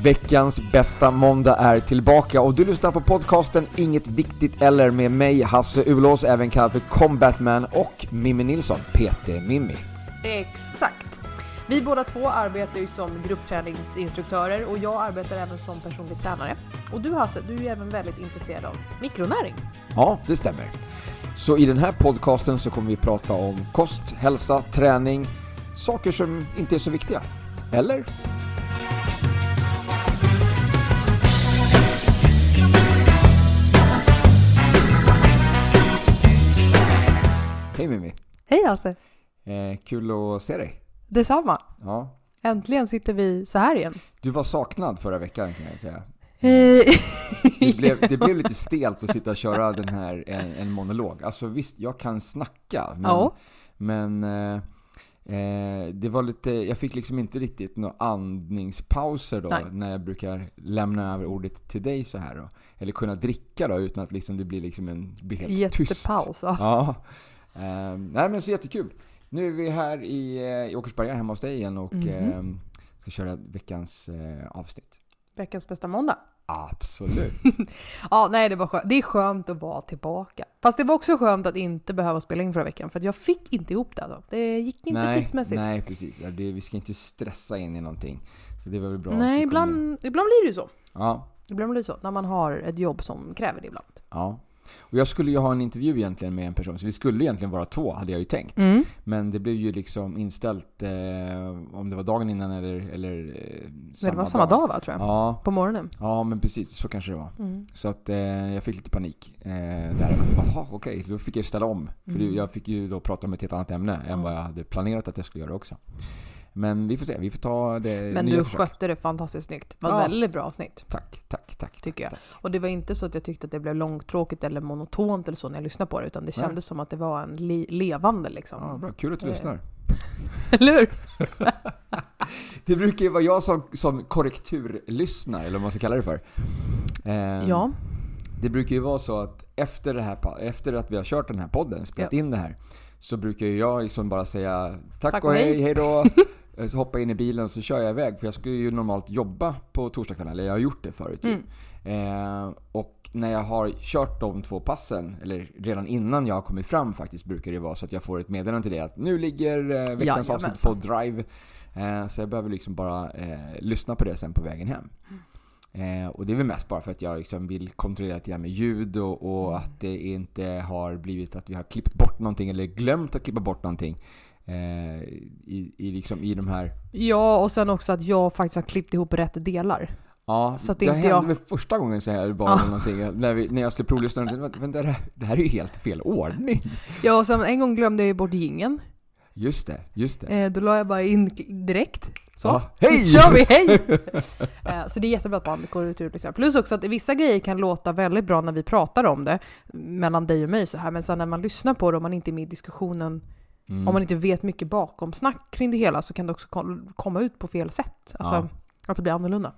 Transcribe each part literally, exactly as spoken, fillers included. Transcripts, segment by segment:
Veckans bästa måndag är tillbaka och du lyssnar på podcasten Inget viktigt eller med mig Hasse Ulås, även kallad för Combatman, och Mimmi Nilsson, P T Mimmi. Exakt. Vi båda två arbetar ju som gruppträningsinstruktörer och jag arbetar även som personlig tränare. Och du Hasse, du är ju även väldigt intresserad av mikronäring. Ja, det stämmer. Så i den här podcasten så kommer vi prata om kost, hälsa, träning, saker som inte är så viktiga. Eller? Hej Mimmi. Hej Hasse. Eh, kul att se dig. Detsamma. Ja. Äntligen sitter vi så här igen. Du var saknad förra veckan kan jag säga. Eh. Det blev, det blev lite stelt att sitta och köra den här en, en monolog. Alltså visst, jag kan snacka. Men, ja. men eh, eh, det var lite, jag fick liksom inte riktigt några andningspauser då. Nej. När jag brukar lämna över ordet till dig så här då. Eller kunna dricka då utan att liksom det blir liksom en blir helt Jättepaus, tyst. Jättepaus. Ja. ja. Eh, nej men så jättekul. Nu är vi här i, i Åkersberga hemma hos dig igen och mm-hmm. eh, ska köra veckans eh, avsnitt. Veckans bästa måndag. Absolut. ja, nej, det var skönt. Det är skönt att vara tillbaka. Fast det var också skönt att inte behöva spela in förra veckan. För att jag fick inte ihop det. Då. Det gick inte nej, tidsmässigt. Nej, precis. Ja, det, vi ska inte stressa in i någonting. Så det var väl bra. Nej, ibland, kunde... ibland blir det ju så. Ja. Ibland blir det så. När man har ett jobb som kräver det ibland. Ja. Och jag skulle ju ha en intervju egentligen med en person. Så vi skulle egentligen vara två, hade jag ju tänkt. Mm. Men det blev ju liksom inställt eh, om det var dagen innan eller, eller eh, samma det var samma dag, dag va, tror jag? Ja. På morgonen. Ja, men precis. Så kanske det var. Mm. Så att eh, jag fick lite panik eh, där. Jaha, okej. Då fick jag ställa om. För mm. jag fick ju då prata om ett helt annat ämne mm. än vad jag hade planerat att jag skulle göra också. Men vi får se, vi får ta det. Men nya du försök. Skötte det fantastiskt snyggt. Det var ja. väldigt bra avsnitt. Tack, tack, tack. Tycker jag. Tack. Och det var inte så att jag tyckte att det blev långtråkigt eller monotont eller så när jag lyssnade på det. Utan det kändes Nej. som att det var en le- levande liksom. Ja, bra. Kul att du eh. lyssnar. Eller hur? Det brukar ju vara jag som, som korrekturlyssnar, eller vad man ska kalla det för. Eh, ja. Det brukar ju vara så att efter, det här, efter att vi har kört den här podden, spelat ja. in det här, så brukar ju jag liksom bara säga tack, tack och hej, hej, hej då. Så hoppar in i bilen och så kör jag iväg. För jag ska ju normalt jobba på torsdagskvällen. Eller jag har gjort det förut. Mm. Eh, och när jag har kört de två passen, eller redan innan jag har kommit fram faktiskt, brukar det vara så att jag får ett meddelande till det att nu ligger eh, veckans ja, avsnitt på Drive. Eh, så jag behöver liksom bara eh, lyssna på det sen på vägen hem. Mm. Eh, och det är väl mest bara för att jag liksom vill kontrollera lite grann med ljud och, och mm. att det inte har blivit att vi har klippt bort någonting eller glömt att klippa bort någonting. Eh, i, i, liksom, i de här. Ja, och sen också att jag faktiskt har klippt ihop rätt delar. Ja, så att det inte hände jag... väl första gången så här bara ah. någonting när, vi, när jag skulle provlyssna. Men det, här, det här är ju helt fel ordning. Ja, och sen en gång glömde jag ju bort jingeln. Just det, just det. Eh, då la jag bara in direkt. Så, ah, hej! kör vi, hej! eh, så det är jättebra att man går ut och liksom. Plus också att vissa grejer kan låta väldigt bra när vi pratar om det mellan dig och mig så här. Men sen när man lyssnar på det och man inte är med i diskussionen. Mm. Om man inte vet mycket bakom snack kring det hela så kan det också komma ut på fel sätt. Alltså ja. att det blir annorlunda.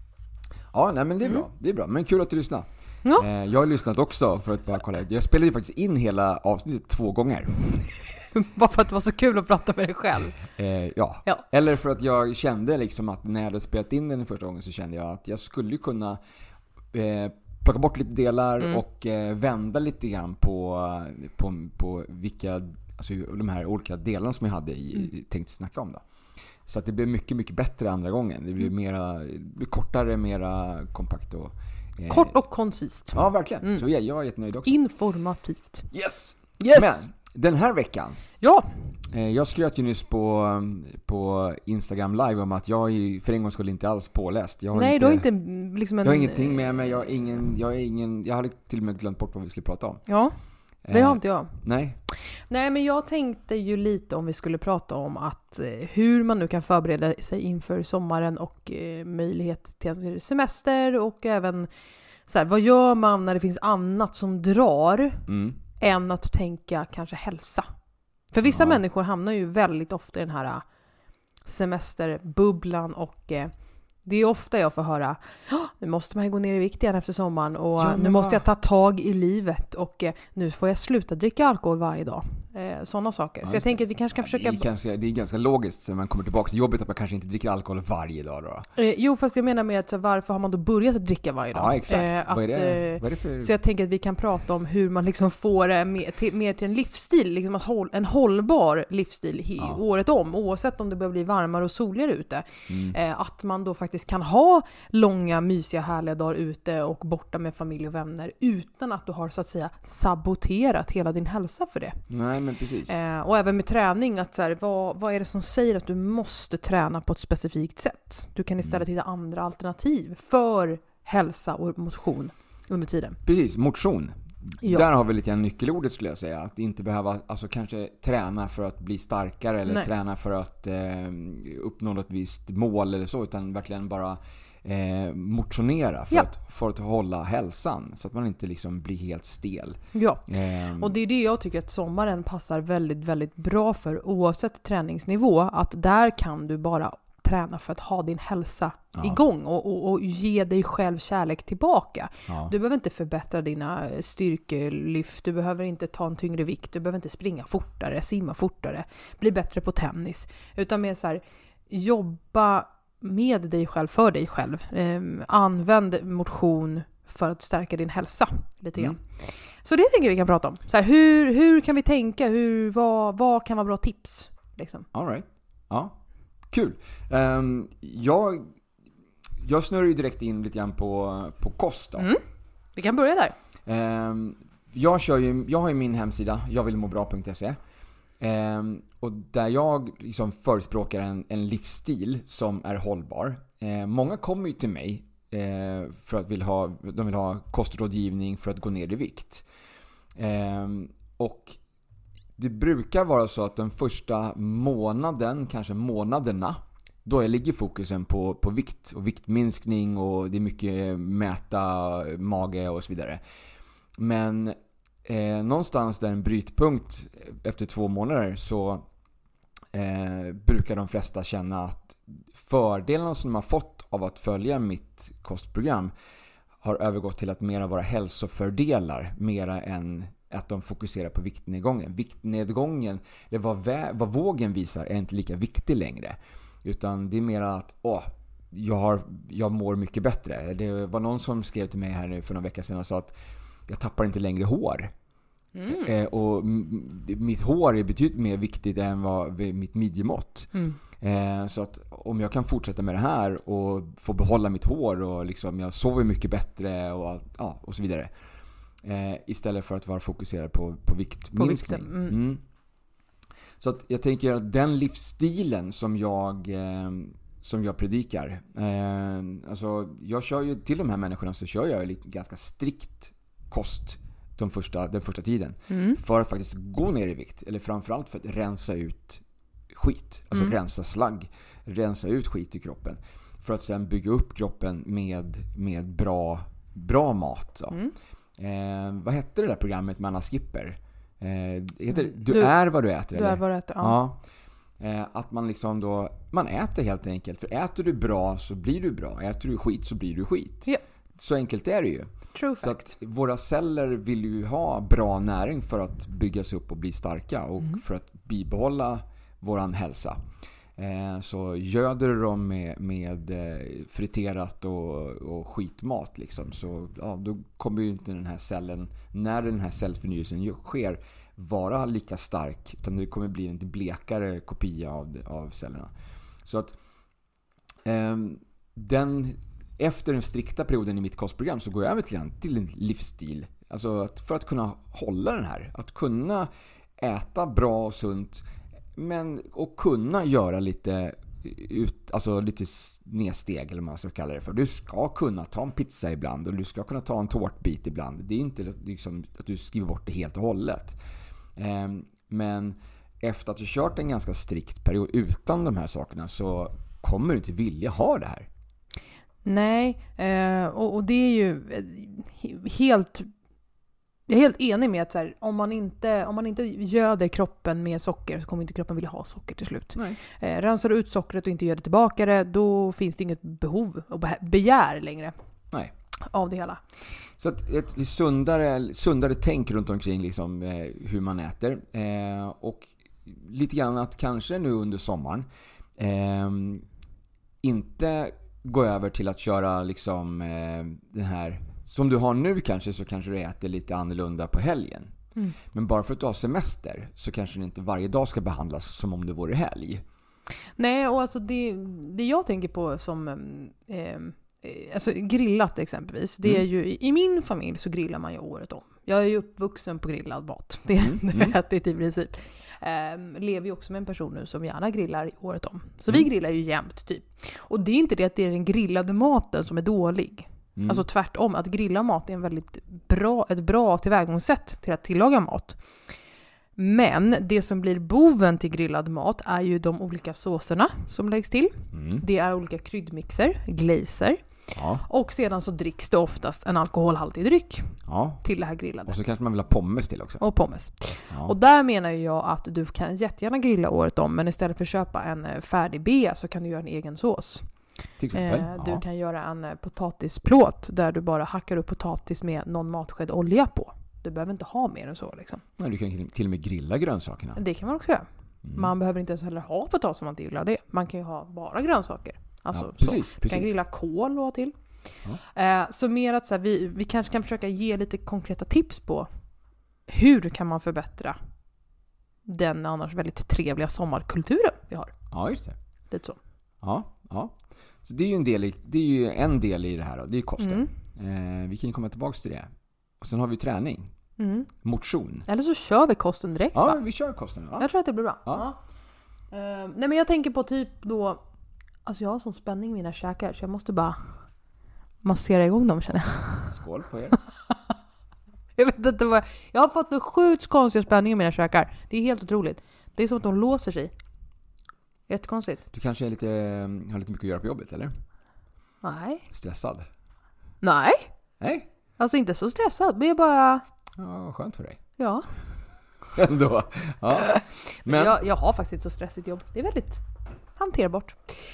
Ja, nej men det är bra. Mm. Det är bra. Men kul att du lyssnar. Ja. Eh, jag har lyssnat också för att bara kolla. Jag spelade ju faktiskt in hela avsnittet två gånger. Bara för att det var så kul att prata med dig själv. Eh, ja. ja. Eller för att jag kände liksom att när jag hade spelat in den första gången så kände jag att jag skulle kunna eh, plocka bort lite delar mm. och eh, vända lite grann på, på, på vilka... Alltså de här olika delarna som jag hade i, mm. tänkt snacka om då. Så att det blev mycket, mycket bättre andra gången. Det blev mera, det blev kortare, mera kompakt och... Eh, Kort och koncist. Ja, verkligen. Mm. Så jag, jag är jättenöjd också. Informativt. Yes! Yes! Men den här veckan... Ja! Eh, jag skröt ju nyss på, på Instagram live om att jag är för en gång skulle inte alls påläst. Jag har Nej, inte, du har inte liksom en... Jag har ingenting med mig. Jag har ingen... Jag, är ingen, jag hade till och med glömt bort vad vi skulle prata om. Ja. Det har inte jag. Nej. Nej, men jag tänkte ju lite om vi skulle prata om att eh, hur man nu kan förbereda sig inför sommaren och eh, möjlighet till semester och även så här, vad gör man när det finns annat som drar mm. än att tänka kanske hälsa. För vissa ja. människor hamnar ju väldigt ofta i den här semesterbubblan och eh, det är ofta jag får höra nu måste man ju gå ner i vikt igen efter sommaren och ja, nu måste jag ta tag i livet och eh, nu får jag sluta dricka alkohol varje dag. Eh, sådana saker. Ja, så jag tänker att vi kanske kan ja, försöka... Det är, kanske, det är ganska logiskt så man kommer tillbaka till jobbet att man kanske inte dricker alkohol varje dag då. Eh, jo, fast jag menar med att så varför har man då börjat att dricka varje dag? Ja, exakt. Eh, att, vad, är det, eh, vad är det för... Så jag tänker att vi kan prata om hur man liksom får det mer till, mer till en livsstil, liksom att håll, en hållbar livsstil i, ja. året om, oavsett om det börjar bli varmare och soligare ute. Mm. Eh, att man då faktiskt kan ha långa, mysiga, härliga dagar ute och borta med familj och vänner utan att du har så att säga saboterat hela din hälsa för det. Nej, men precis. Eh, och även med träning, att så här, vad, vad är det som säger att du måste träna på ett specifikt sätt? Du kan istället hitta andra alternativ för hälsa och motion under tiden. Precis, motion. Ja. Där har vi lite grann nyckelordet skulle jag säga. Att inte behöva alltså, kanske träna för att bli starkare eller Nej. träna för att eh, uppnå något visst mål eller så, utan verkligen bara eh, motionera för, Ja. att, för att hålla hälsan så att man inte liksom blir helt stel. Ja, Eh, och det är det jag tycker att sommaren passar väldigt, väldigt bra för oavsett träningsnivå. Att där kan du bara träna för att ha din hälsa Ja. igång och, och, och ge dig själv kärlek tillbaka. ja. Du behöver inte förbättra dina styrkelyft, du behöver inte ta en tyngre vikt, du behöver inte springa fortare, simma fortare, bli bättre på tennis. Utan mer så här, jobba med dig själv, för dig själv. Eh, använd motion för att stärka din hälsa lite grann. Mm. Så det tänker vi kan prata om. Så här, hur, hur kan vi tänka? Hur, vad, vad kan vara bra tips? Liksom. All right. Ja, kul. Um, jag, jag snurrar ju direkt in lite grann på, på kost då. Mm. Vi kan börja där. Um, jag, kör ju, jag har ju min hemsida, jag vill må bra punkt se. Um, och där jag liksom förespråkar en, en livsstil som är hållbar. Uh, många kommer ju till mig uh, för att vill ha, de vill ha kostrådgivning för att gå ner i vikt. Um, och det brukar vara så att den första månaden, kanske månaderna, då ligger fokusen på, på vikt och viktminskning och det är mycket mäta mage och så vidare. Men eh, någonstans där en brytpunkt efter två månader så eh, brukar de flesta känna att fördelarna som de har fått av att följa mitt kostprogram har övergått till att mera vara hälsofördelar mera än att de fokuserar på viktnedgången. Viktnedgången, eller vad, vä- vad vågen visar, är inte lika viktig längre. Utan det är mer att åh, jag, har, jag mår mycket bättre. Det var någon som skrev till mig här nu för några veckor sedan och sa att jag tappar inte längre hår. Mm. Eh, och m- mitt hår är betydligt mer viktigt än vad mitt midjemått. Mm. Eh, så att om jag kan fortsätta med det här och få behålla mitt hår och liksom jag sover mycket bättre och, ja, och så vidare. Eh, istället för att vara fokuserad på, på viktminskning. På mm. Mm. Så att jag tänker att den livsstilen som jag, eh, som jag predikar, eh, alltså jag kör ju till de här människorna så kör jag lite ganska strikt kost de första, den första tiden. Mm. För att faktiskt gå ner i vikt. Eller framförallt för att rensa ut skit. Alltså mm. rensa slagg. Rensa ut skit i kroppen. För att sen bygga upp kroppen med, med bra, bra mat. Så. Mm. Eh, vad hette det där programmet med Anna Skipper? Eh, heter, du, du är vad du äter. Du eller? är vad du äter, ja. ja. Eh, att man liksom då, man äter helt enkelt. För äter du bra så blir du bra. Äter du skit så blir du skit. Ja. Så enkelt är det ju. True så fact. att våra celler vill ju ha bra näring för att byggas upp och bli starka. Och mm. för att bibehålla våran hälsa. Eh, så göder du dem med, med eh, friterat och, och skitmat liksom, så ja, då kommer ju inte den här cellen, när den här cellförnyelsen sker, vara lika stark, utan det kommer bli en lite blekare kopia av, av cellerna. Så att eh, den, efter den strikta perioden i mitt kostprogram så går jag över till en, till en livsstil, alltså att, för att kunna hålla den här, att kunna äta bra och sunt, men och kunna göra lite ut, alltså lite nedsteg eller vad man ska kalla det för. Du ska kunna ta en pizza ibland och du ska kunna ta en tårtbit ibland. Det är inte liksom att du skriver bort det helt och hållet. Eh, men efter att du kört en ganska strikt period utan de här sakerna så kommer du inte vilja ha det här. Nej, eh, och, och det är ju helt... Jag är helt enig med att så här, om, man inte, om man inte göder kroppen med socker så kommer inte kroppen vilja ha socker till slut. Eh, rensar du ut sockret och inte gör det tillbaka det, då finns det inget behov och begär längre. Nej. av det hela. Så att ett sundare, sundare tänk runt omkring liksom, eh, hur man äter. Eh, och lite grann att kanske nu under sommaren eh, inte gå över till att köra liksom, eh, den här... Som du har nu kanske, så kanske du äter lite annorlunda på helgen. Mm. Men bara för att du har semester så kanske det inte varje dag ska behandlas som om det vore helg. Nej, och alltså det, det jag tänker på som eh, alltså grillat exempelvis, det är mm. ju, i min familj så grillar man ju året om. Jag är ju uppvuxen på grillad mat. Det är mm. rättigt i princip. Eh, lever ju också med en person nu som gärna grillar året om. Så mm. vi grillar ju jämt typ. Och det är inte det att det är den grillade maten som är dålig. Mm. Alltså tvärtom, att grilla mat är en väldigt bra, ett bra tillvägagångssätt till att tillaga mat. Men det som blir boven till grillad mat är ju de olika såserna som läggs till. Mm. Det är olika kryddmixer, glazer. Ja. Och sedan så dricks det oftast en alkoholhaltig dryck ja. till det här grillade. Och så kanske man vill ha pommes till också. Och pommes. Ja. Och där menar jag att du kan jättegärna grilla året om, men istället för att köpa en färdig bea så kan du göra en egen sås. Till exempel. Eh, du ja. kan göra en potatisplåt där du bara hackar upp potatis med någon matsked olja på. Du behöver inte ha mer än så. Liksom. Nej, du kan till och med grilla grönsakerna. Det kan man också göra. Mm. Man behöver inte ens heller ha potatis om man inte gillar det. Man kan ju ha bara grönsaker. Alltså, ja, precis, så. precis. Kan grilla kål och till. Ja. Eh, så mer att så här, vi, vi kanske kan försöka ge lite konkreta tips på hur kan man förbättra den annars väldigt trevliga sommarkulturen vi har. Ja, just det. Lite så. Ja, ja. Så det är ju en del i, det är ju en del i det här då. Det är kosten. Mm. Eh, vi kan komma tillbaka till det. Och sen har vi träning. Mm. Motion. Eller så kör vi kosten direkt, ja, va? vi kör kosten. Ja. Jag tror att det blir bra. Ja. Ja. Uh, nej, men jag tänker på typ då... Alltså jag har sån spänning i mina käkar så jag måste bara massera igång dem, känner jag. Skål på er. Jag vet inte vad... Jag har fått en sjukt konstig spänning i mina käkar. Det är helt otroligt. Det är som att de låser sig. Jättekonstigt. Du kanske är lite, har lite mycket att göra på jobbet, eller? Nej. Stressad? Nej. Nej? Alltså inte så stressad, men jag bara... Ja, skönt för dig. Ja. Ändå. Ja. Men... Jag, jag har faktiskt ett så stressigt jobb. Det är väldigt hanterbart.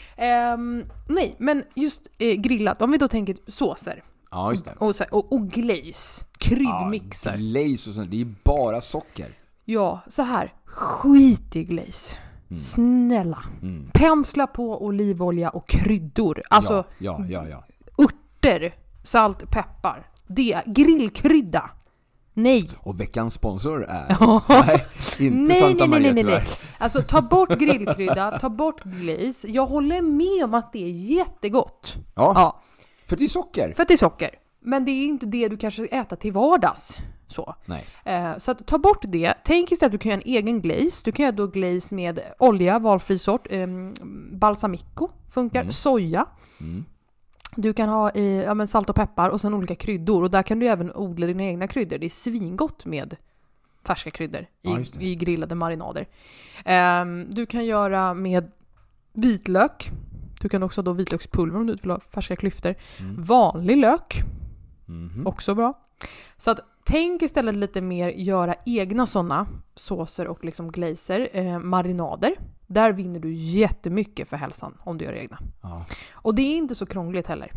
Um, nej, men just eh, grillat. Om vi då tänker såser. Ja, just det. Och, och, och glaze. Kryddmixer. Ja, glaze och sånt. Det är bara socker. Ja, så här. Skit i glaze. Mm. Snälla. Mm. Pensla på olivolja och kryddor. Alltså, ja, ja, ja, ja. Örter, salt, peppar. Det är grillkrydda. Nej. Och veckans sponsor är... nej, inte nej, Santa nej, Maria, nej, nej, nej. Alltså, ta bort grillkrydda, ta bort glaze. Jag håller med om att det är jättegott. Ja, ja. För det är socker. För att det är socker. Men det är inte det du kanske äter till vardags. Så. Nej. Eh, så att ta bort det. Tänk istället att du kan göra en egen glaze. Du kan göra då glaze med olja, valfri sort. Eh, balsamico funkar. Mm. Soja. Mm. Du kan ha eh, ja, men salt och peppar och sen olika kryddor. Och där kan du även odla dina egna kryddor. Det är svingott med färska kryddor i, ja, i grillade marinader. Eh, du kan göra med vitlök. Du kan också ha då vitlökspulver om du vill ha färska klyftor. Mm. Vanlig lök. Mm. Också bra. Så att tänk istället lite mer göra egna sådana såser och liksom glazer, eh, marinader. Där vinner du jättemycket för hälsan om du gör egna. Ja. Och det är inte så krångligt heller.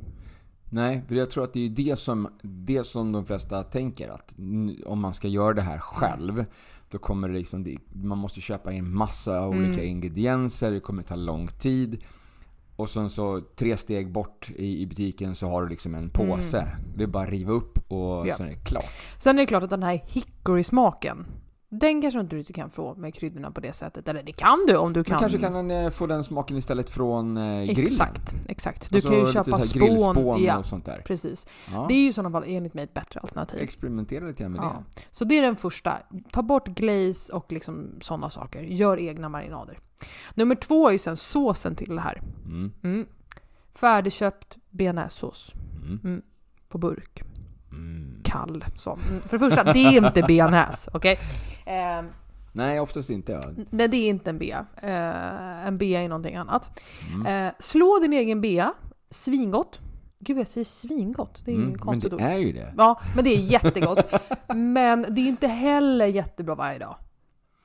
Nej, för jag tror att det är det som, det som de flesta tänker, att om man ska göra det här själv, då kommer det liksom, man måste köpa in massa olika mm. ingredienser, det kommer ta lång tid. Och sen så tre steg bort i, i butiken så har du liksom en påse. Mm. Det är bara att riva upp och ja. Sen är det klart. Sen är det klart att den här hickory-smaken, den kanske inte du inte kan få med kryddorna på det sättet. Eller det kan du om du kan. Men kanske kan den få den smaken istället från eh, grillen. Exakt, exakt. Du alltså, kan ju köpa spån. Ja, och sånt där. Precis. Ja. Det är ju i sådana fall enligt mig ett bättre alternativ. Experimentera lite med ja. det. Så det är den första. Ta bort glaze och liksom sådana saker. Gör egna marinader. Nummer två är ju sen såsen till det här. Mm. Mm. Färdigköpt bearnaisesås. Mm. Mm. På burk. Mm. Kall. Så. För det första, det är inte bearnaise. Okej? Okay? Eh, Nej, oftast inte. Ja. Nej, det är inte en bea. Eh, en bea är någonting annat. Mm. Eh, slå din egen bea. Svingott. Gud, jag säger svingott. Det är mm, ju konstigt ord. Men det är ju det. Ja, men det är jättegott. Men det är inte heller jättebra varje dag.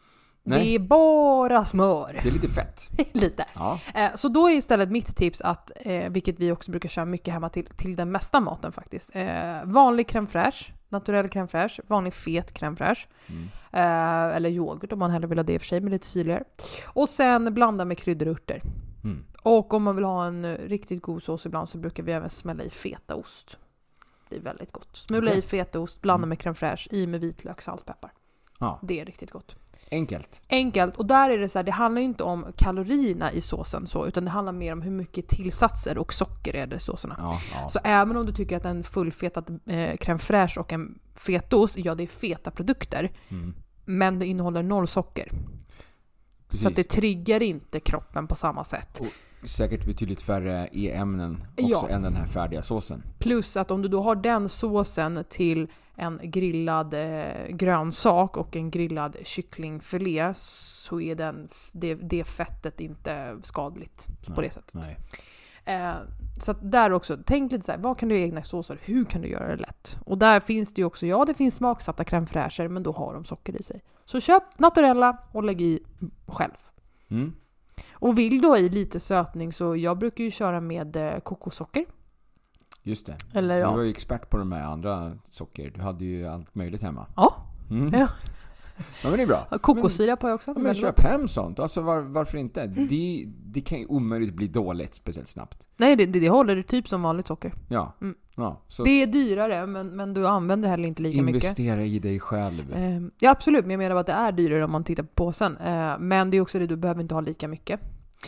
Nej. Det är bara smör. Det är lite fett. lite. Ja. Eh, så då är istället mitt tips att, eh, vilket vi också brukar köra mycket hemma till, till den mesta maten faktiskt. Eh, vanlig crème fraîche, naturell crème fraîche, vanlig fet crème fraîche. Mm. Eh, eller yoghurt om man hellre vill ha det i och för sig, men lite syrligare. Och sen blanda med kryddor och örter. Mm. Och om man vill ha en riktigt god sås ibland så brukar vi även smälla i fetaost. Det är väldigt gott. Smula okay. i fetaost, blanda mm. med crème fraîche, i med vitlök, salt, peppar. Ja. Det är riktigt gott. Enkelt. Enkelt. Och där är det så här, det handlar ju inte om kalorierna i såsen så, utan det handlar mer om hur mycket tillsatser och socker är det i såserna. Ja, ja. Så även om du tycker att en fullfetad eh, crème fraîche och en fetaost, ja det är feta produkter. Mm. Men det innehåller noll socker. Precis. Så att det triggar inte kroppen på samma sätt. Och säkert betydligt färre e-ämnen också ja. än den här färdiga såsen. Plus att om du då har den såsen till en grillad eh, grönsak och en grillad kycklingfilé så är den, det, det fettet inte skadligt nej, på det sättet. Nej. Eh, så att där också, tänk lite så här, vad kan du göra egna såser? Hur kan du göra det lätt? Och där finns det ju också, ja det finns smaksatta crème fraîcher men då har de socker i sig. Så köp naturella och lägg i själv. Mm. Och vill du ha i lite sötning så jag brukar ju köra med eh, kokossocker. Just det. Eller, du ja. var ju expert på de här andra socker. Du hade ju allt möjligt hemma. Ja. Mm. ja. Ja, men det är bra. Kokossirap har jag också. Ja, men köp hem sånt. Alltså var, varför inte? Mm. Det, det kan ju omöjligt bli dåligt speciellt snabbt. Nej, det, det, det håller det typ som vanligt socker. Ja. Mm. ja så det är dyrare, men, men du använder heller inte lika investera mycket. Investera i dig själv. Eh, ja, absolut. Men jag menar att det är dyrare om man tittar på påsen. Eh, men det är också det, du behöver inte ha lika mycket.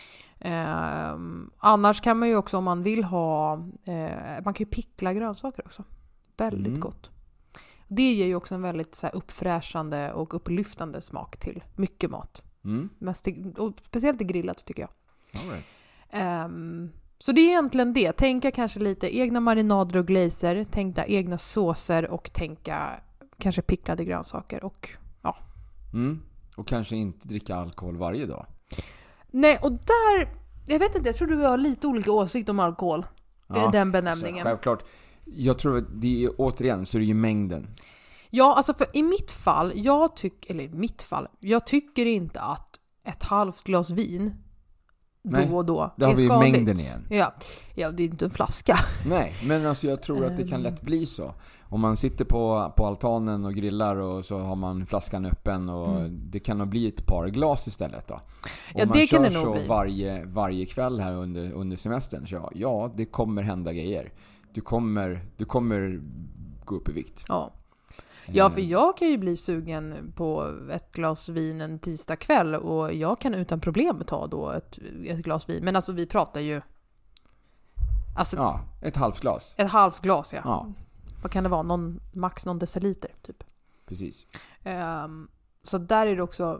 Eh, annars kan man ju också, om man vill ha, eh, man kan ju pickla grönsaker också. Väldigt mm. gott. Det ger ju också en väldigt så här, uppfräschande och upplyftande smak till mycket mat. Mm. Mest till, och speciellt i grillat tycker jag. Right. Um, så det är egentligen det. Tänka kanske lite egna marinader och glazer. Tänka egna såser och tänka kanske picklade grönsaker. Och, ja. Mm. och kanske inte dricka alkohol varje dag. Nej, och där... Jag vet inte, jag tror du har lite olika åsikt om alkohol. Ja, den benämningen. Självklart. Jag tror att det är, återigen så är det ju mängden. Ja, alltså för i mitt fall, jag tycker, eller i mitt fall, jag tycker inte att ett halvt glas vin Nej, då och då där har är vi skadligt. Mängden igen. Ja. ja, det är inte en flaska. Nej, men alltså jag tror att det kan lätt bli så. Om man sitter på, på altanen och grillar och så har man flaskan öppen och mm. det kan nog bli ett par glas istället då. Om ja, man det kör kan det så nog bli. varje, varje kväll här under, under semestern så ja, det kommer hända grejer. Du kommer, du kommer gå upp i vikt. Ja. Ja, för jag kan ju bli sugen på ett glas vin en tisdag kväll och jag kan utan problem ta då ett, ett glas vin. Men alltså vi pratar ju... Alltså, ja, ett halvt glas. Ett halvt glas, ja. ja. Vad kan det vara? Någon, max någon deciliter, typ. Precis. Um, så där är det också...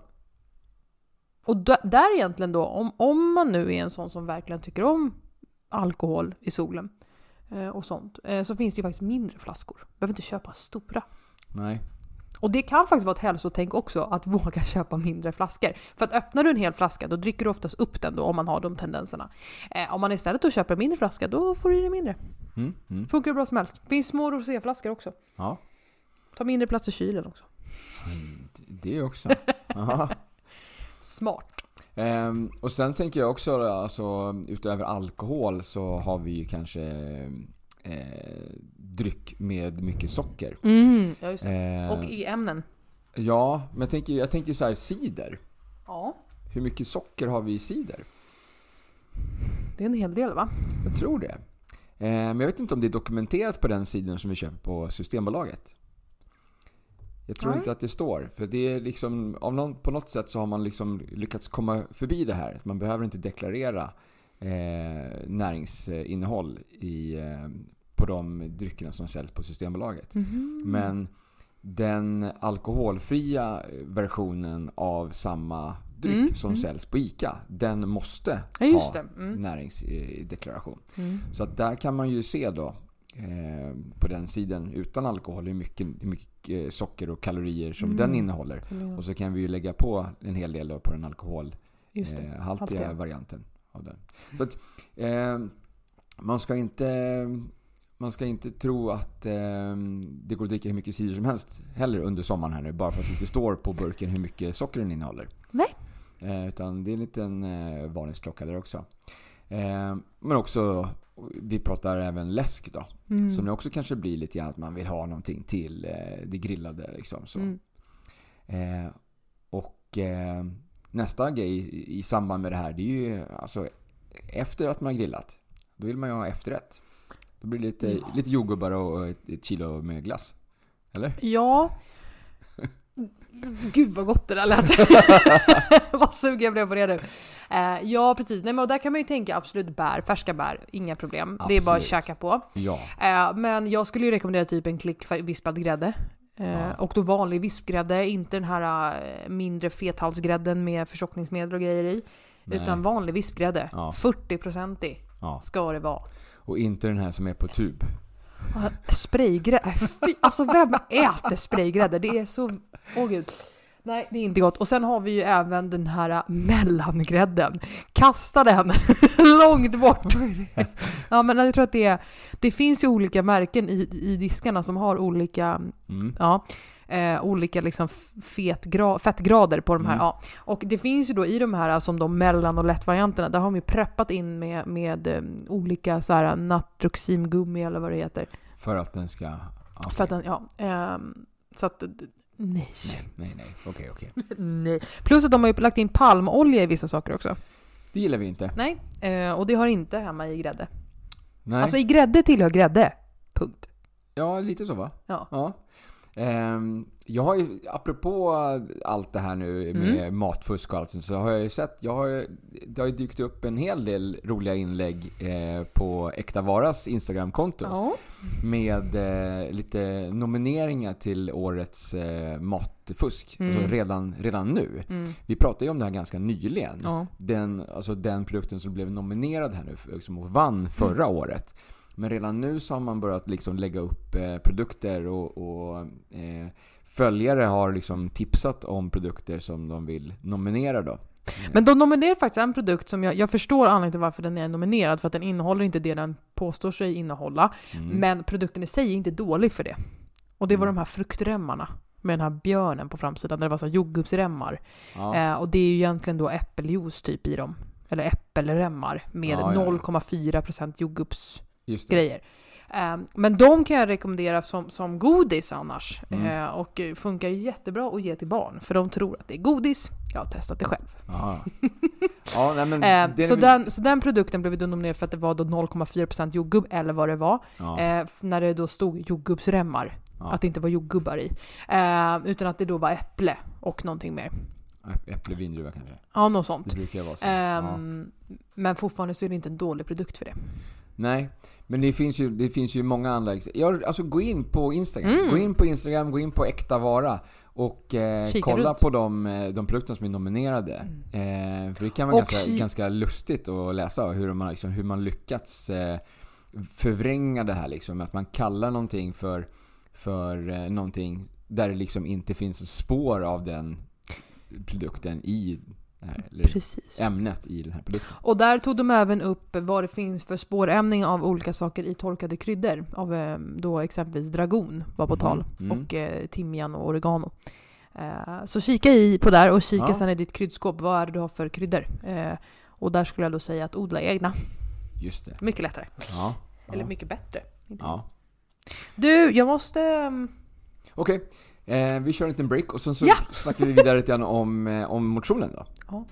Och d- där egentligen då, om, om man nu är en sån som verkligen tycker om alkohol i solen eh, och sånt, eh, så finns det ju faktiskt mindre flaskor. Behöver inte köpa stora. Nej. Och det kan faktiskt vara ett hälsotänk också att våga köpa mindre flaskor. För att öppnar du en hel flaska då dricker du oftast upp den då om man har de tendenserna. Eh, om man istället då köper en mindre flaska då får du i det mindre. Mm, mm. Funkar det bra som helst. Finns små roséflaskor också. Ja. Ta mindre plats i kylen också. Mm, det också. Aha. Smart. Um, och sen tänker jag också alltså, utöver alkohol så har vi ju kanske eh, dryck med mycket socker. Mm, ja just det. Och i ämnen. Ja, men jag tänker, jag tänker så här, cider. Ja. Hur mycket socker har vi i cider? Det är en hel del, va? Jag tror det. Eh, men jag vet inte om det är dokumenterat på den sidan som vi köper på Systembolaget. Jag tror Nej. inte att det står. För det är liksom, av någon, på något sätt så har man liksom lyckats komma förbi det här. Man behöver inte deklarera eh, näringsinnehåll i... Eh, på de dryckerna som säljs på Systembolaget. Mm-hmm. Men den alkoholfria versionen av samma dryck mm. som mm. säljs på ICA, den måste ja, just ha mm. näringsdeklaration. Mm. Så att där kan man ju se då eh, på den sidan utan alkohol hur mycket, hur mycket socker och kalorier som mm. den innehåller. Mm. Och så kan vi ju lägga på en hel del då på den alkoholhaltiga eh, varianten av den. Så att eh, man ska inte Man ska inte tro att eh, det går att dricka hur mycket cider som helst heller under sommaren här nu. Bara för att det inte står på burken hur mycket socker den innehåller. Eh, utan det är en liten eh, varningsklocka där också. Eh, men också, vi pratar även läsk då. Mm. Som det också kanske blir lite grann att man vill ha någonting till eh, det grillade liksom. Så. Mm. Eh, och eh, nästa grej i samband med det här, det är ju alltså efter att man har grillat. Då vill man ju ha efterrätt. Då blir det lite, ja. lite jordgubbar och ett, ett kilo med glass. Eller? Ja. Gud vad gott det där lät. Vad sugen jag blev på det nu. Uh, ja, precis. Nej, men där kan man ju tänka absolut bär, färska bär, inga problem. Absolut. Det är bara att käka på. Ja. Uh, men jag skulle ju rekommendera typ en klick vispad grädde. Uh, ja. Och då vanlig vispgrädde, inte den här uh, mindre fethalsgrädden med förtjockningsmedel och grejer i. Nej. Utan vanlig vispgrädde. Ja. fyrtio procent i ja. Ska det vara. Och inte den här som är på tub. Spraygrädde. Alltså vem äter spraygrädde? Det är så... Åh gud. Nej, det är inte gott. Och sen har vi ju även den här mellangrädden. Kasta den långt bort. Ja, men jag tror att det är... Det finns ju olika märken i, i diskarna som har olika... Mm. Ja, eh, olika liksom fetgra, fettgrader på de här. Mm. Ja. Och det finns ju då i de här som de mellan- och lättvarianterna, där har de ju preppat in med, med um, olika så här natroximgummi eller vad det heter. För att den ska... Okay. För att den, ja. Um, så att... Nej. Nej, nej, nej. Okej, okej. Nej. Plus att de har ju lagt in palmolja i vissa saker också. Det gillar vi inte. Nej, eh, och det har inte hemma i grädde. Nej. Alltså i grädde tillhör grädde. Punkt. Ja, lite så va? Ja. ja. Um, jag har ju, apropå allt det här nu med mm. matfusk och allt sånt, så har jag ju sett, jag har, det har ju dykt upp en hel del roliga inlägg eh, på Äkta Varas Instagram-konto oh. med eh, lite nomineringar till årets eh, matfusk mm. alltså redan, redan nu. Mm. Vi pratade ju om det här ganska nyligen. Oh. Den, alltså den produkten som blev nominerad här nu som vann förra mm. året. Men redan nu så har man börjat liksom lägga upp eh, produkter och, och eh, följare har liksom tipsat om produkter som de vill nominera då. Men de nominerar faktiskt en produkt som jag, jag förstår anledningen till varför den är nominerad, för att den innehåller inte det den påstår sig innehålla. Mm. Men produkten i sig är inte dålig för det. Och det var mm. de här fruktremmarna med den här björnen på framsidan där det var så jordgubbsremmar. Ja. Eh, och det är ju egentligen då äppeljuice typ i dem. Eller äppelremmar med ja, ja. noll komma fyra procent jordgubbs grejer. Um, men de kan jag rekommendera som, som godis annars. Mm. Uh, och funkar jättebra att ge till barn. För de tror att det är godis. Jag har testat det själv. ja, nej, men uh, så, vi... den, så den produkten blev då nominerad för att det var då noll komma fyra procent jordgubb eller vad det var. Ja. Uh, när det då stod jordgubbsremmar. Ja. Att det inte var jordgubbar i. Uh, utan att det då var äpple och någonting mer. Äpple, vindruva kanske. Ja, något sånt. Det brukar vara så. Um, ja. Men fortfarande så är det inte en dålig produkt för det. Nej, men det finns ju, det finns ju många andra. Jag, alltså gå in på Instagram. Mm. Gå in på Instagram, gå in på Äkta Vara och eh, kolla runt på de, de produkter som är nominerade. Mm. Eh, för det kan vara ganska, ki- ganska lustigt att läsa hur man, liksom, hur man lyckats eh, förvränga det här. Liksom, att man kallar någonting för, för eh, någonting där det liksom inte finns en spår av den produkten i här, eller precis. Ämnet i den här produkten. Och där tog de även upp vad det finns för spårämning av olika saker i torkade kryddor. Av då exempelvis dragon var på tal. Mm. Och eh, timjan och oregano. Eh, så kika i på där och kika ja. Sen i ditt kryddskåp. Vad är det du har för kryddor? Eh, och där skulle jag då säga att odla egna. Just det. Mycket lättare. Ja. Ja. Eller mycket bättre. Inte ja. Du, jag måste... Um... Okej. Okay. Eh, vi kör en liten break och sen så ja. snackar vi vidare lite grann om, eh, om motionen då. Ja.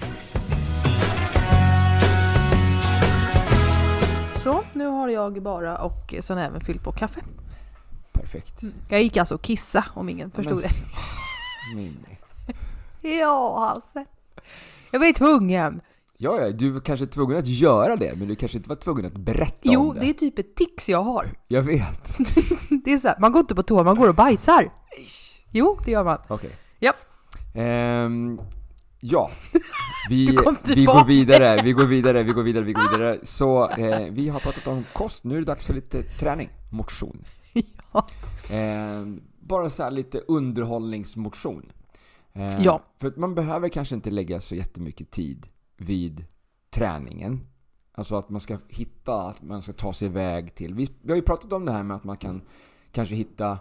Så, nu har jag bara och sen även fyllt på kaffe. Perfekt. Mm. Jag gick alltså och kissa om ingen förstod det. Mimmi. Ja, alltså. Jag var ju tvungen. Ja, ja, du var kanske tvungen att göra det, men du kanske inte var tvungen att berätta jo, om det. Jo, det är typ ett tics jag har. Jag vet. Det är så här, man går inte på toa, man går och bajsar. Jo, det gör man. Okej. Okay. Ja. Ehm, ja. Vi, vi går vidare, vi går vidare, vi går vidare, vi går vidare. Så eh, vi har pratat om kost, nu är det dags för lite träning, motion. Ja. Ehm, bara så här lite underhållningsmotion. Ehm, ja. För att man behöver kanske inte lägga så jättemycket tid vid träningen. Alltså att man ska hitta, att man ska ta sig iväg till. Vi, vi har ju pratat om det här med att man kan kanske hitta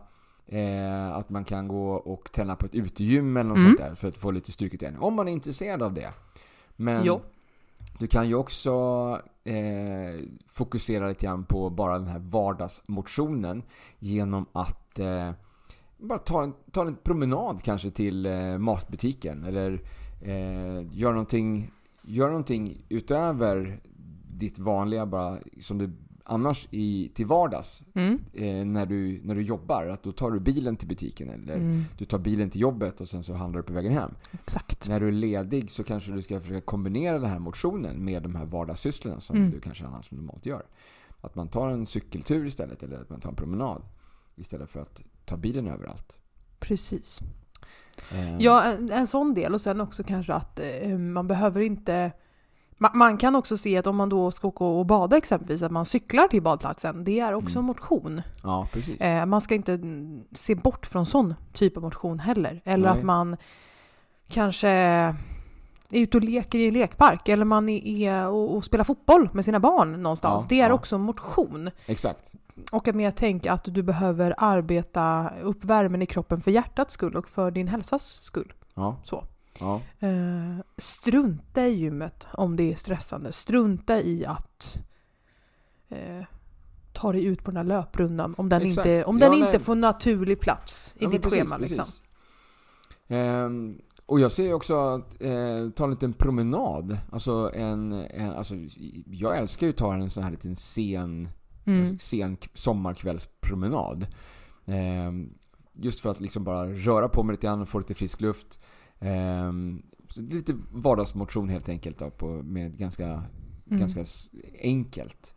Eh, att man kan gå och träna på ett utegym eller något Mm. sånt där för att få lite styrketräning. Om man är intresserad av det. Men Jo. du kan ju också eh, fokusera lite grann på bara den här vardagsmotionen genom att eh, bara ta en, ta en promenad kanske till eh, matbutiken eller eh, gör någonting, gör någonting utöver ditt vanliga bara som du annars i, till vardags Mm. eh, när, du, när du jobbar. Att då tar du bilen till butiken eller Mm. du tar bilen till jobbet och sen så handlar du på vägen hem. Exakt. När du är ledig så kanske du ska försöka kombinera den här motionen med de här vardagssysslorna som Mm. du kanske annars normalt gör. Att man tar en cykeltur istället eller att man tar en promenad istället för att ta bilen överallt. Precis. Eh, Ja, en, en sån del. Och sen också kanske att eh, man behöver inte... Man, man kan också se att om man då ska åka och bada exempelvis, att man cyklar till badplatsen. Det är också Mm. motion. Ja, precis. Eh, man ska inte mm, se bort från sån typ av motion heller. Eller Nej. att man kanske är ute och leker i en lekpark. Eller man är, är och, och spelar fotboll med sina barn någonstans. Ja, det är ja. också motion. Exakt. Och att mer tänka att du behöver arbeta upp värmen i kroppen för hjärtats skull och för din hälsas skull. Ja. Så. Ja. Eh, strunta i gymmet om det är stressande. Strunta i att eh, ta dig ut på den här löprundan om den Exakt. inte, om Ja, den nej. inte får naturlig plats i Ja, men ditt precis, schema. precis. Liksom. Ehm, och jag ser också att eh, ta en liten promenad. Alltså en, en alltså, jag älskar ju att ta en sån här liten sen, Mm. sen sommarkvällspromenad. Ehm, just för att liksom bara röra på mig lite grann och få lite frisk luft. Ehm, så lite vardagsmotion helt enkelt då, på, med ganska, Mm. ganska s- enkelt.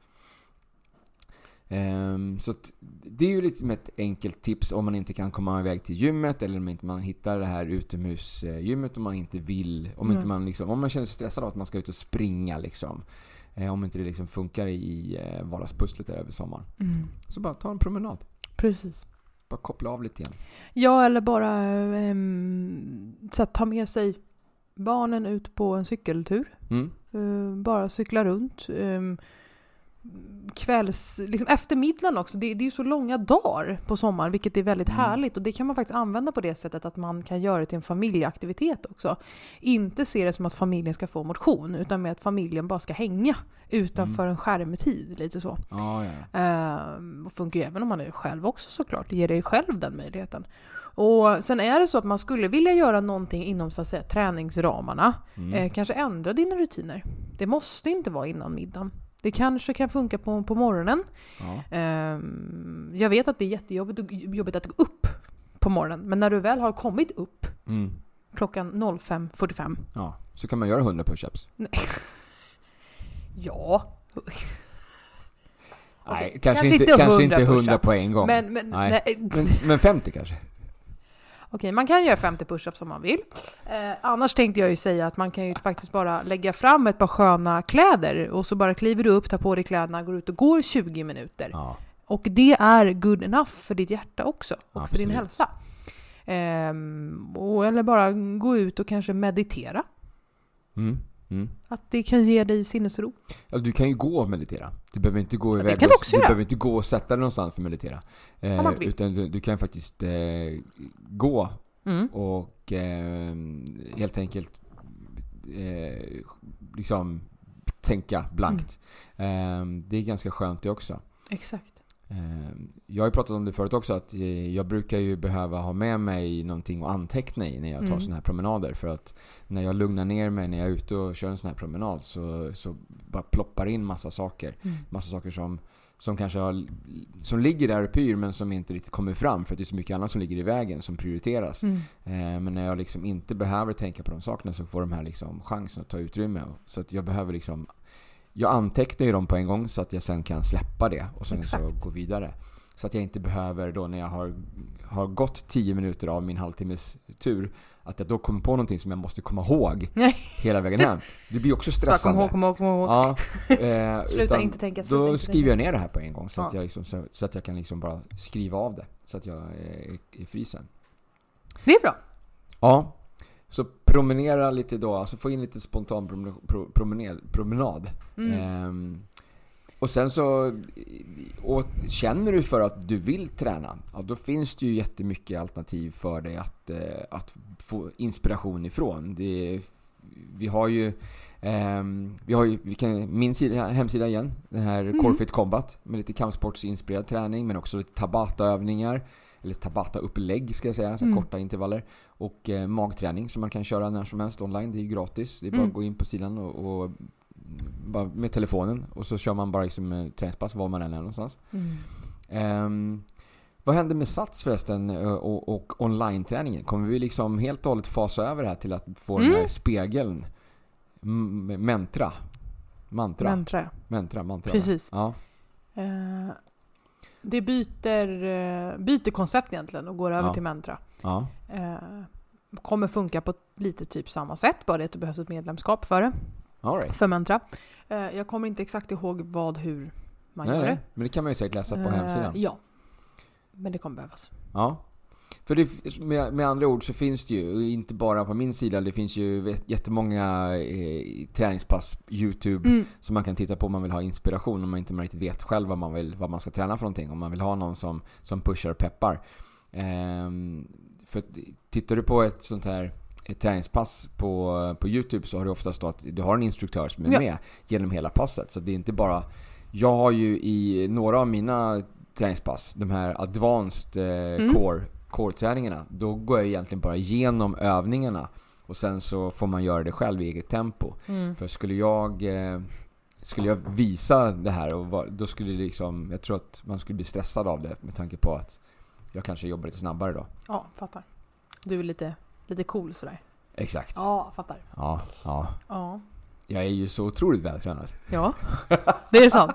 Ehm, så att det är ju lite som ett enkelt tips om man inte kan komma iväg till gymmet eller om inte man hittar det här utomhusgymmet om man inte vill, om Mm. inte man liksom, om man känner sig stressad av att man ska ut och springa liksom, eh, om inte det liksom funkar i eh, vardagspusslet där över sommaren, Mm. så bara ta en promenad, Precis. bara koppla av lite igen. Ja, eller bara ehm, så att ta med sig barnen ut på en cykeltur. Mm. Eh, bara cykla runt. Um, kvälls, liksom eftermiddagen också. Det, det är ju så långa dagar på sommaren, vilket är väldigt Mm. härligt. Och det kan man faktiskt använda på det sättet att man kan göra det till en familjeaktivitet också. Inte se det som att familjen ska få motion, utan med att familjen bara ska hänga utanför Mm. en skärmtid. Lite så. Ja, ja, ja. Ehm, och funkar ju även om man är själv också såklart. Det ger dig själv den möjligheten. Och sen är det så att man skulle vilja göra någonting inom så att säga träningsramarna. Mm. Eh, kanske ändra dina rutiner. Det måste inte vara innan middagen. Det kanske kan funka på, på morgonen. Ja. Ehm, jag vet att det är jättejobbigt jobbigt att gå upp på morgonen. Men när du väl har kommit upp Mm. klockan fem fyrtiofem. Ja, så kan man göra hundra push-ups. Ja. Nej, Okej, kanske, inte, kanske inte hundra push-up. på en gång. Men, men, Nej. nej. Men, men femtio kanske. Okej, man kan göra femtio push-ups om man vill. Eh, annars tänkte jag ju säga att man kan ju faktiskt bara lägga fram ett par sköna kläder och så bara kliver du upp, tar på dig kläderna, går ut och går tjugo minuter. Ja. Och det är good enough för ditt hjärta också och Absolut. för din hälsa. Ehm, och, eller bara gå ut och kanske meditera. Mm. Mm. Att det kan ge dig sinnesro. Ja, du kan ju gå och meditera. Du behöver inte gå det iväg kan och, du också du göra. behöver inte gå och sätta dig någonstans för att meditera. Om Eh, man vill. utan du, du kan faktiskt eh, gå Mm. och eh, helt enkelt eh, liksom tänka blankt. Mm. Eh, det är ganska skönt det också. Exakt. Eh, jag har ju pratat om det förut också att eh, jag brukar ju behöva ha med mig någonting att anteckna i när jag tar Mm. såna här promenader, för att när jag lugnar ner mig när jag är ute och kör en sån här promenad så, så bara ploppar in massa saker. Mm. Massa saker som, som kanske har, som ligger där och pyr men som inte riktigt kommer fram för att det är så mycket annat som ligger i vägen som prioriteras. Mm. Eh, men när jag liksom inte behöver tänka på de sakerna så får de här liksom chansen att ta utrymme. Så att jag behöver liksom, jag antecknar ju dem på en gång så att jag sen kan släppa det och sen Exakt. så gå vidare. Så att jag inte behöver då när jag har, har gått tio minuter av min halvtimmes tur att jag då kommer på någonting som jag måste komma ihåg Nej. hela vägen hem. Det blir också Så stressande. kom ihåg, kom ihåg, kom ihåg. Ja, eh, Sluta utan inte tänka. Sluta då inte skriver tänka. jag ner det här på en gång så, Ja. att, jag liksom, så, så att jag kan liksom bara skriva av det så att jag är i frysen. Det är bra. Ja, så promenera lite då, alltså få in lite spontan promenad, promenad, promenad. Mm. Ehm, Och sen så och känner du för att du vill träna, ja, då finns det ju jättemycket alternativ för dig att, att få inspiration ifrån. Det, vi har ju eh, vi har ju vi kan, min sida, hemsida igen, den här mm. CoreFit Combat med lite kampsportsinspirerad träning, men också lite tabata-övningar eller tabata-upplägg ska jag säga, så mm. korta intervaller, och eh, magträning som man kan köra när som helst online. Det är gratis, det är bara mm. att gå in på sidan och, och bara med telefonen, och så kör man bara liksom träningspass var man än är någonstans. Mm. Um, vad händer med Sats förresten och, och online-träningen? Kommer vi liksom helt och hållet fasa över det här till att få mm. den här spegeln? M- mantra. Mantra. Mantra. Mantra, mantra. Precis. Ja. Uh, det byter, uh, byter koncept egentligen och går över ja. till mantra. Ja. Uh, kommer funka på lite typ samma sätt, bara det att det behövs ett medlemskap för det. All right. För mantra. Uh, jag kommer inte exakt ihåg vad, hur man nej, gör det. Nej. Men det kan man ju säkert läsa på uh, hemsidan. Ja. Men det kommer behövas. Ja. För det, med, med andra ord så finns det ju, inte bara på min sida, det finns ju jättemånga eh, träningspass, YouTube, mm. som man kan titta på om man vill ha inspiration, om man inte riktigt vet själv vad man, vill, vad man ska träna för någonting, om man vill ha någon som, som pushar och peppar. Ehm, för tittar du på ett sånt här ett träningspass på, på YouTube, så har du oftast att du har en instruktör som är ja. med genom hela passet. Så det är inte bara, jag har ju i några av mina träningspass, de här advanced eh, mm. core core-träningarna, då går jag egentligen bara igenom övningarna och sen så får man göra det själv i eget tempo. Mm. För skulle jag eh, skulle jag visa det här, och var, då skulle det liksom, jag tror att man skulle bli stressad av det med tanke på att jag kanske jobbar lite snabbare då. Ja, fattar. Du är lite lite cool sådär. Exakt. Ja, fattar. Ja, ja. Ja. Jag är ju så otroligt vältränad. Ja, det är sant.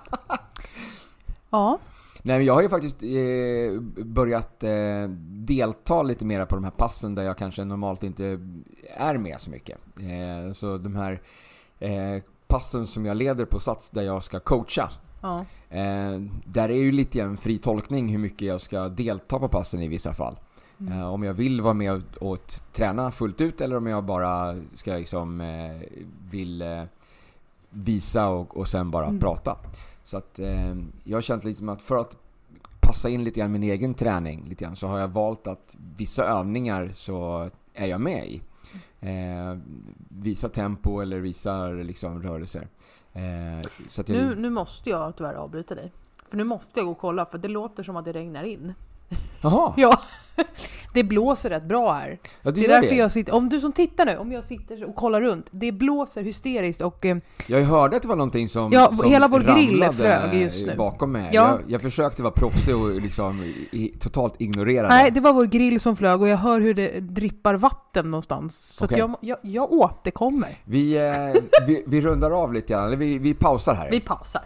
Ja. Nej, men jag har ju faktiskt eh, börjat eh, delta lite mer på de här passen där jag kanske normalt inte är med så mycket. Eh, så de här eh, passen som jag leder på Sats där jag ska coacha. Ja. Eh, där är ju lite en fri tolkning hur mycket jag ska delta på passen i vissa fall. Mm. Eh, om jag vill vara med och, och träna fullt ut, eller om jag bara ska liksom eh, vill eh, visa och, och sen bara mm. prata. Så att eh, jag har känt lite som att för att passa in lite grann min egen träning lite grann, så har jag valt att vissa övningar så är jag med i. Eh, visa tempo eller visar liksom rörelser. Eh, så att jag... nu, nu måste jag tyvärr avbryta dig. För nu måste jag gå och kolla, för det låter som att det regnar in. Jaha. Ja. Det blåser rätt bra här. Ja, det, det är därför det. jag sitter, om du som tittar nu, om jag sitter och kollar runt, det blåser hysteriskt och eh, jag hörde att det var någonting som ja, som hela vår grill flög just nu bakom mig. Ja. Jag, jag försökte vara proffsig och liksom i, totalt ignorera. Nej, det var vår grill som flög och jag hör hur det drippar vatten någonstans. Så okay. att jag, jag, jag återkommer. Vi, eh, vi, vi rundar av lite grann, eller vi, vi pausar här. Vi pausar.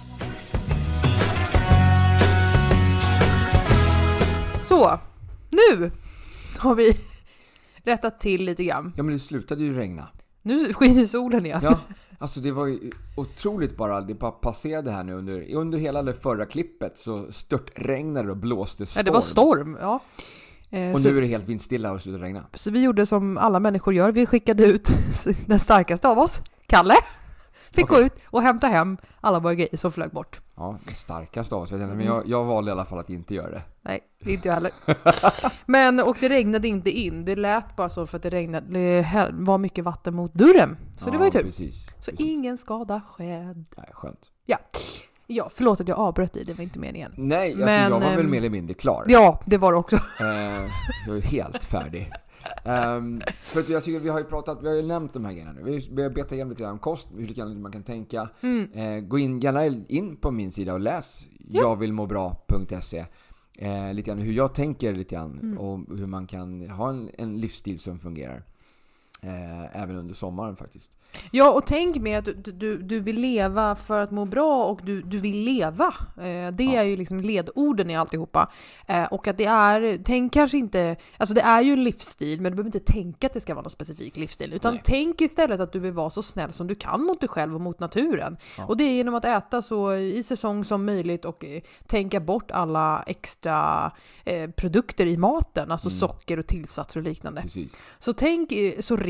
Så, nu har vi rättat till lite grann. Ja, men det slutade ju regna. Nu skiner solen igen. Ja, alltså det var ju otroligt bara. Det bara passerade här nu under, under hela det förra klippet så stört regnade och blåste storm. Ja, det var storm, ja. Eh, och så, nu är det helt vindstilla och slutar regna. Så vi gjorde som alla människor gör. Vi skickade ut den starkaste av oss, Kalle. Fick okay. gå ut och hämta hem alla våra grejer som flög bort. Ja, det starkaste av oss. Men jag, jag valde i alla fall att inte göra det. Nej, inte jag heller. Men, och det regnade inte in. Det lät bara så för att det regnade. Det var mycket vatten mot dörren. Så ja, det var ju typ. Precis, så precis. Ingen skada sked. Nej, skönt. Ja. Ja, förlåt att jag avbröt dig. Det var inte meningen. Nej, alltså men, jag var väl mer eller mindre klar. Ja, det var det också. Eh, jag är helt färdig. Um, för att jag tycker vi har ju pratat, vi har ju nämnt de här grejerna nu. Vi har betat igenom lite om kost, hur man kan tänka. Mm. Eh, gå in, gärna in på min sida och läs ja. jag vill må bra punkt se. Eh, lite grann hur jag tänker lite grann mm. och hur man kan ha en, en livsstil som fungerar. Eh, även under sommaren faktiskt. Ja, och tänk mer att du, du, du vill leva för att må bra och du, du vill leva. Eh, det ja. är ju liksom ledorden i alltihopa. Eh, och att det är, tänk kanske inte, alltså det är ju en livsstil, men du behöver inte tänka att det ska vara någon specifik livsstil. Utan Nej. tänk istället att du vill vara så snäll som du kan mot dig själv och mot naturen. Ja. Och det är genom att äta så i säsong som möjligt och eh, tänka bort alla extra eh, produkter i maten. Alltså mm. socker och tillsatser och liknande. Precis. Så tänk så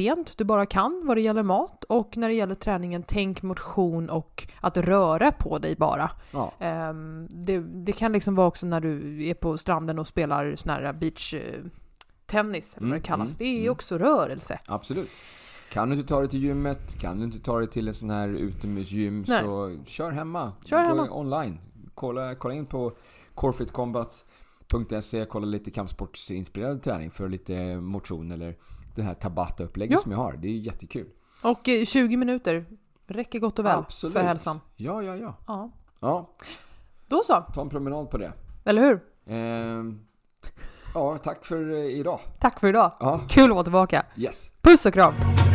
rent du bara kan vad det gäller mat. Och när det gäller träningen, tänk motion och att röra på dig bara. Ja. Um, det, det kan liksom vara också när du är på stranden och spelar sån här beach tennis eller vad det kallas. Mm, det är mm. också rörelse. Absolut. Kan du inte ta dig till gymmet, kan du inte ta dig till en sån här utomhusgym, Nej. så kör hemma. Kör hemma. Online. Kolla, kolla in på core fit combat punkt se, kolla lite kampsportsinspirerad träning för lite motion eller det här Tabata-upplägget som jag har. Det är jättekul. Och tjugo minuter räcker gott och väl Absolut. för hälsan. Ja, ja, ja. Ja. ja. Då så. Ta en promenad på det. Eller hur? Eh, ja, tack för idag. Tack för idag. Ja. Kul att vara tillbaka. Yes. Puss och kram.